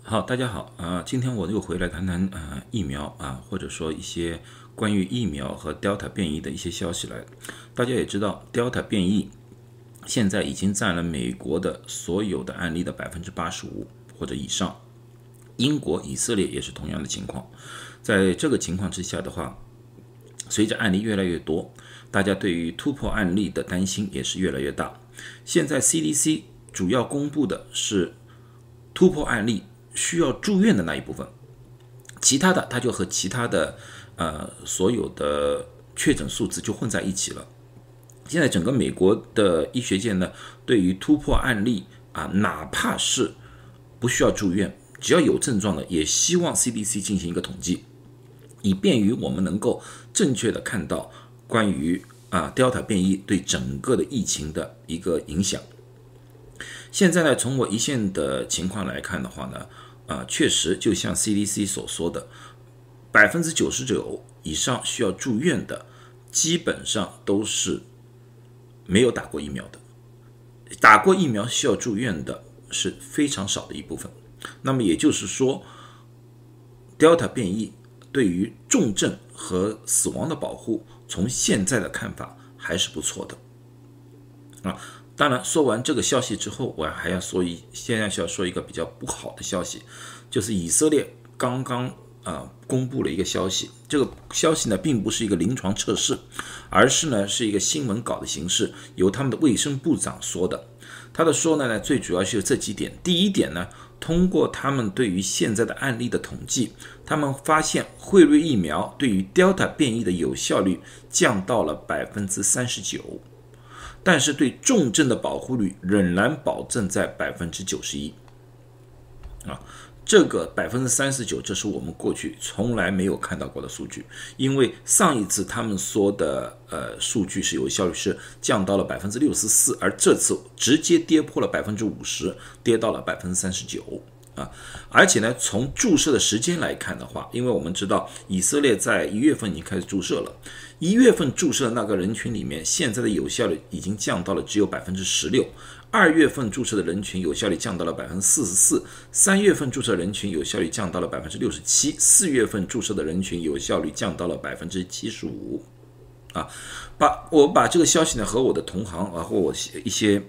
好，大家好今天我又回来谈谈疫苗或者说一些关于疫苗和 Delta 变异的一些消息来。大家也知道 Delta 变异现在已经占了美国的所有的案例的85%或者以上，英国、以色列也是同样的情况。在这个情况之下的话，随着案例越来越多，大家对于突破案例的担心也是越来越大。现在 CDC 主要公布的是突破案例需要住院的那一部分，其他的它就和其他的所有的确诊数字就混在一起了。现在整个美国的医学界呢，对于突破案例哪怕是不需要住院，只要有症状的，也希望 CDC 进行一个统计，以便于我们能够正确的看到关于Delta 变异对整个的疫情的一个影响。现在呢，从我一线的情况来看的话呢，确实就像 CDC 所说的，99%以上需要住院的，基本上都是没有打过疫苗的。打过疫苗需要住院的是非常少的一部分。那么也就是说 ，Delta 变异对于重症和死亡的保护，从现在的看法还是不错的。当然，说完这个消息之后，我还要现在需要说一个比较不好的消息，就是以色列刚刚公布了一个消息。这个消息呢，并不是一个临床测试，而是一个新闻稿的形式，由他们的卫生部长说的。他的说呢，最主要是有这几点。第一点呢，通过他们对于现在的案例的统计，他们发现辉瑞疫苗对于 Delta 变异的有效率降到了39%。但是对重症的保护率仍然保证在91%。这个39%，这是我们过去从来没有看到过的数据。因为上一次他们说的数据是有效率是降到了64%，而这次直接跌破了50%，跌到了39%。而且呢，从注射的时间来看的话，因为我们知道以色列在1月份已经开始注射了，1月份注射的那个人群里面，现在的有效率已经降到了只有16%，2月份注射的人群有效率降到了44%，3月份注射的人群有效率降到了67%，4月份注射的人群有效率降到了75%。我把这个消息呢和我的同行和我一些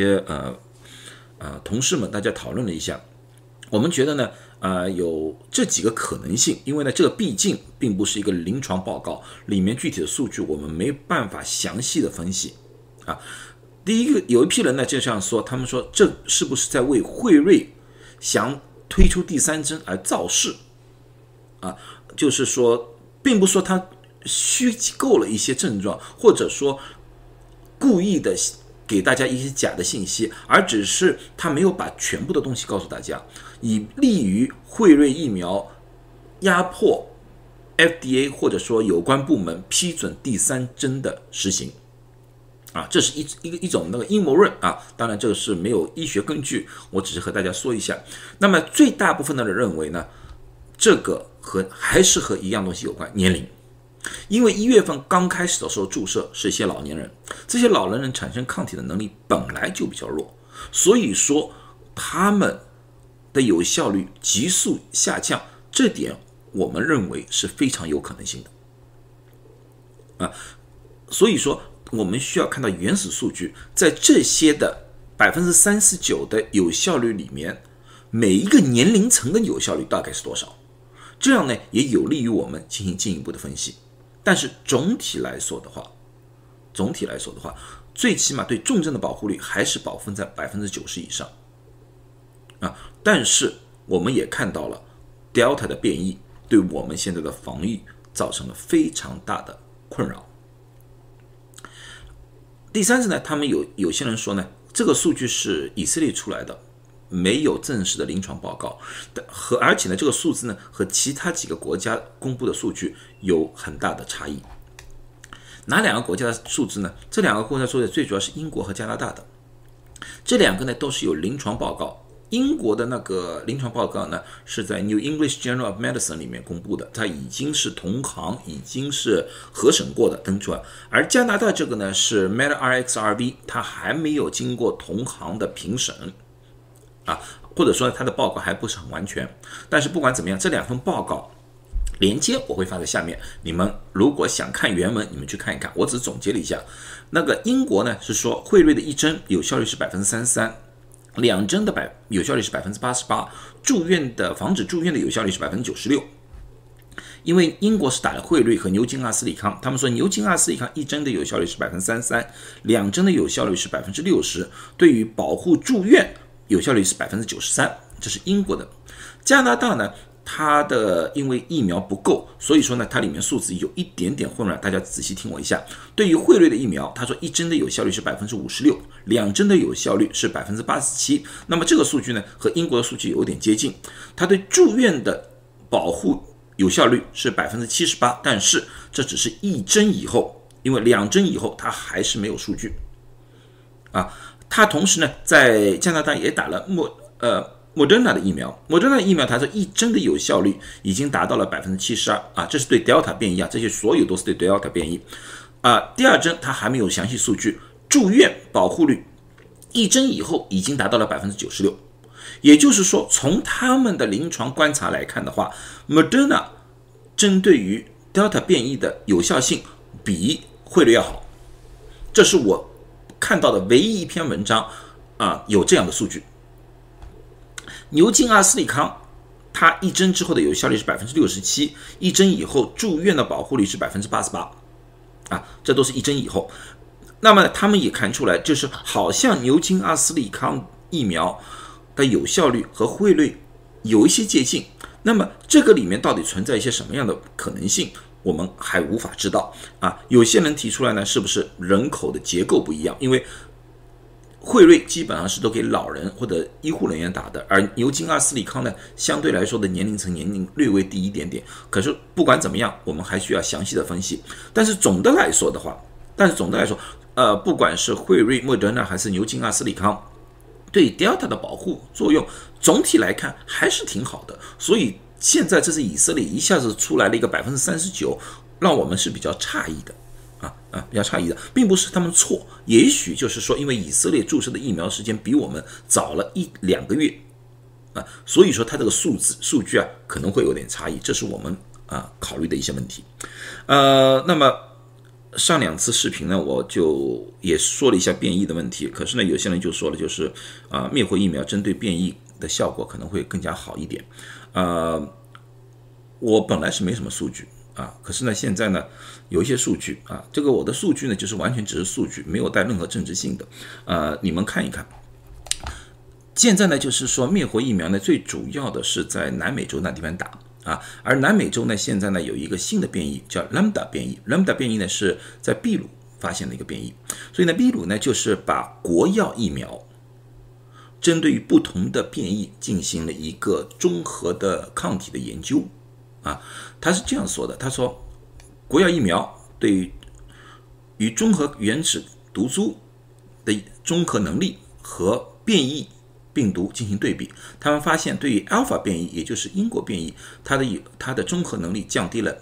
同事们大家讨论了一下。我们觉得呢，有这几个可能性，因为呢，这个毕竟并不是一个临床报告，里面具体的数据我们没办法详细的分析第一个，有一批人呢就这样说，他们说这是不是在为辉瑞想推出第3针而造势就是说，并不说他虚构了一些症状，或者说故意的给大家一些假的信息，而只是他没有把全部的东西告诉大家，以利于辉瑞疫苗压迫 FDA 或者说有关部门批准第3针的实行这是一种那个阴谋论当然这个是没有医学根据，我只是和大家说一下。那么最大部分的人认为呢，这个还是和一样东西有关，年龄。因为1月份刚开始的时候注射是一些老年人，这些老年人产生抗体的能力本来就比较弱，所以说他们的有效率急速下降，这点我们认为是非常有可能性的所以说我们需要看到原始数据，在这些的39%的有效率里面，每一个年龄层的有效率大概是多少，这样呢也有利于我们进行进一步的分析。但是总体来说的话，最起码对重症的保护率还是保分在90%以上但是我们也看到了 Delta 的变异对我们现在的防疫造成了非常大的困扰。第三次呢，他们有些人说呢，这个数据是以色列出来的，没有正式的临床报告，而且呢，这个数字呢和其他几个国家公布的数据有很大的差异。哪两个国家的数字呢？这两个国家数字最主要是英国和加拿大的，这两个呢都是有临床报告。英国的那个临床报告呢，是在 New English Journal of Medicine 里面公布的，它已经是同行，已经是核审过的登出来。而加拿大这个呢是 medRxiv， 它还没有经过同行的评审啊，或者说它的报告还不是很完全。但是不管怎么样，这2份报告连接我会发在下面，你们如果想看原文，你们去看一看。我只是总结了一下，那个英国呢是说惠瑞的1针有效率是33%， 2针的有效率是88%，防止住院的有效率是96%。因为英国是打了惠瑞和牛津阿斯利康，他们说牛津阿斯利康1针的有效率是33%， 2针的有效率是60%，对于保护住院有效率是93%，这是英国的。加拿大呢，它的因为疫苗不够，所以说呢，它里面数字有一点点混乱，大家仔细听我一下。对于惠瑞的疫苗，他说1针的有效率是56%， 2针的有效率是87%。那么这个数据呢，和英国的数据有点接近。它对住院的保护有效率是78%，但是这只是1针以后，因为2针以后它还是没有数据啊。它同时呢，在加拿大也打了莫德纳的疫苗，莫德纳的疫苗它说1针的有效率已经达到了72%啊，这是对 Delta 变异啊，这些所有都是对 Delta 变异啊。第2针它还没有详细数据，住院保护率1针以后已经达到了96%。也就是说，从他们的临床观察来看的话， Moderna 针对于 Delta 变异的有效性比惠瑞要好，这是我看到的唯一一篇文章有这样的数据。牛津阿斯利康它1针之后的有效率是67%， 1针以后住院的保护率是88%啊，这都是1针以后。那么他们也看出来，就是好像牛津阿斯利康疫苗的有效率和惠瑞有一些接近，那么这个里面到底存在一些什么样的可能性，我们还无法知道啊。有些人提出来呢，是不是人口的结构不一样？因为惠瑞基本上是都给老人或者医护人员打的，而牛津阿斯利康呢，相对来说的年龄略微低一点点。可是不管怎么样，我们还需要详细的分析。但是总的来说，不管是惠瑞、莫德纳还是牛津阿斯利康，对 Delta 的保护作用总体来看还是挺好的。所以现在这是以色列一下子出来了一个39%，让我们是比较诧异的。比较诧异的，并不是他们错，也许就是说，因为以色列注射的疫苗时间比我们早了1-2个月所以说它这个数据可能会有点差异，这是我们考虑的一些问题。那么上2次视频呢，我就也说了一下变异的问题，可是呢，有些人就说了，就是灭活疫苗针对变异的效果可能会更加好一点。我本来是没什么数据可是呢，现在呢有一些数据这个我的数据呢就是完全只是数据，没有带任何政治性的你们看一看。现在呢就是说灭活疫苗呢最主要的是在南美洲那地方打而南美洲呢现在呢有一个新的变异叫 Lambda 变异， Lambda 变异呢是在秘鲁发现的一个变异，所以呢秘鲁呢就是把国药疫苗针对于不同的变异进行了一个综合的抗体的研究他是这样说的，他说国药疫苗对于中和原始毒株的中和能力和变异病毒进行对比，他们发现对于 Alpha 变异，也就是英国变异，它的中和能力降低了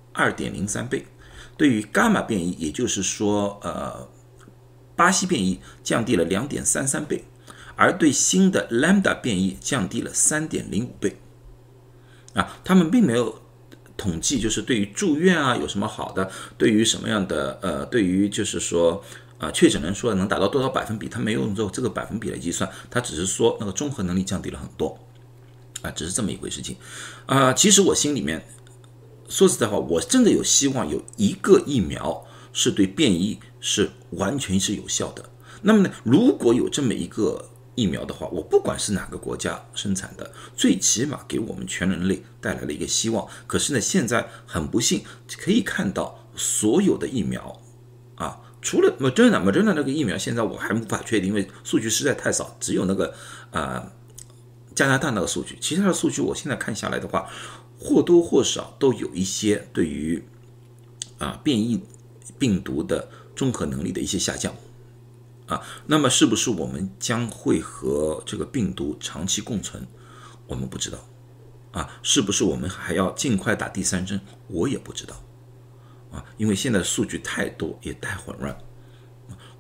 2.03 倍，对于 Gamma 变异，也就是说巴西变异降低了 2.33 倍，而对新的 Lambda 变异降低了 3.05 倍他们并没有统计就是对于住院有什么好的，对于什么样的对于就是说确诊人数能达到多少百分比，他没有用这个百分比来计算，他只是说那个综合能力降低了很多只是这么一回事情其实我心里面说实在话，我真的有希望有一个疫苗是对变异是完全是有效的。那么呢，如果有这么一个疫苗的话，我不管是哪个国家生产的，最起码给我们全人类带来了一个希望。可是呢，现在很不幸可以看到所有的疫苗除了 Moderna 那个疫苗，现在我还无法确定，因为数据实在太少，只有那个加拿大那个数据，其他的数据我现在看下来的话，或多或少都有一些对于变异病毒的综合能力的一些下降那么是不是我们将会和这个病毒长期共存？我们不知道是不是我们还要尽快打第3针？我也不知道因为现在的数据太多也太混乱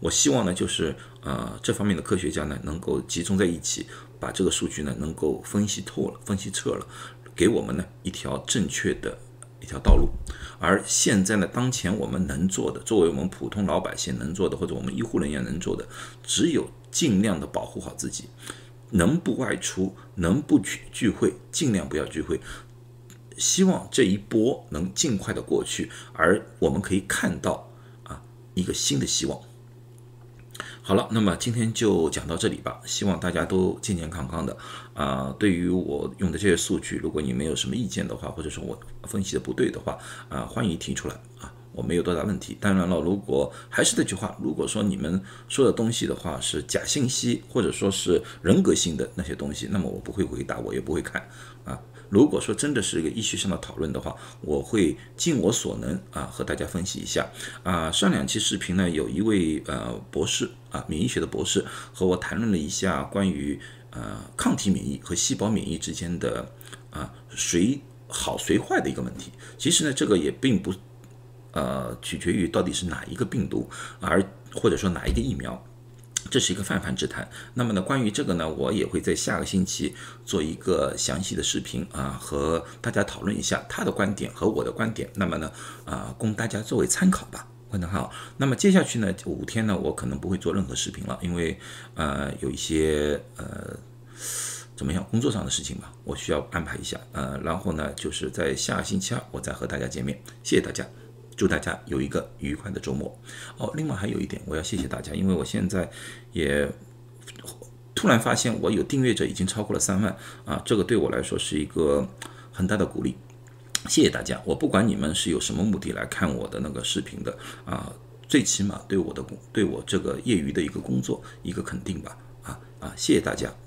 我希望呢就是这方面的科学家呢能够集中在一起，把这个数据呢能够分析透了、分析彻了，给我们呢一条正确的一条道路。而现在呢，当前我们能做的，作为我们普通老百姓能做的，或者我们医护人员能做的，只有尽量的保护好自己，能不外出，能不聚会，尽量不要聚会。希望这一波能尽快的过去，而我们可以看到一个新的希望。好了，那么今天就讲到这里吧，希望大家都健健康康的对于我用的这些数据，如果你没有什么意见的话，或者说我分析的不对的话欢迎提出来我没有多大问题。当然了，如果还是那句话，如果说你们说的东西的话是假信息，或者说是人格性的那些东西，那么我不会回答，我也不会看如果说真的是一个医学上的讨论的话，我会尽我所能和大家分析一下上2期视频呢，有一位博士免疫学的博士和我谈论了一下关于抗体免疫和细胞免疫之间的谁好谁坏的一个问题。其实呢，这个也并不取决于到底是哪一个病毒，或者说哪一个疫苗，这是一个泛泛之谈。那么呢，关于这个呢，我也会在下个星期做一个详细的视频和大家讨论一下他的观点和我的观点。那么呢，供大家作为参考吧。很好，那么接下去呢5天呢，我可能不会做任何视频了，因为有一些怎么样工作上的事情吧，我需要安排一下然后呢，就是在下个星期2我再和大家见面。谢谢大家。祝大家有一个愉快的周末另外还有一点，我要谢谢大家，因为我现在也突然发现我有订阅者已经超过了3万这个对我来说是一个很大的鼓励。谢谢大家，我不管你们是有什么目的来看我的那个视频的最起码对我这个业余的一个工作一个肯定吧谢谢大家。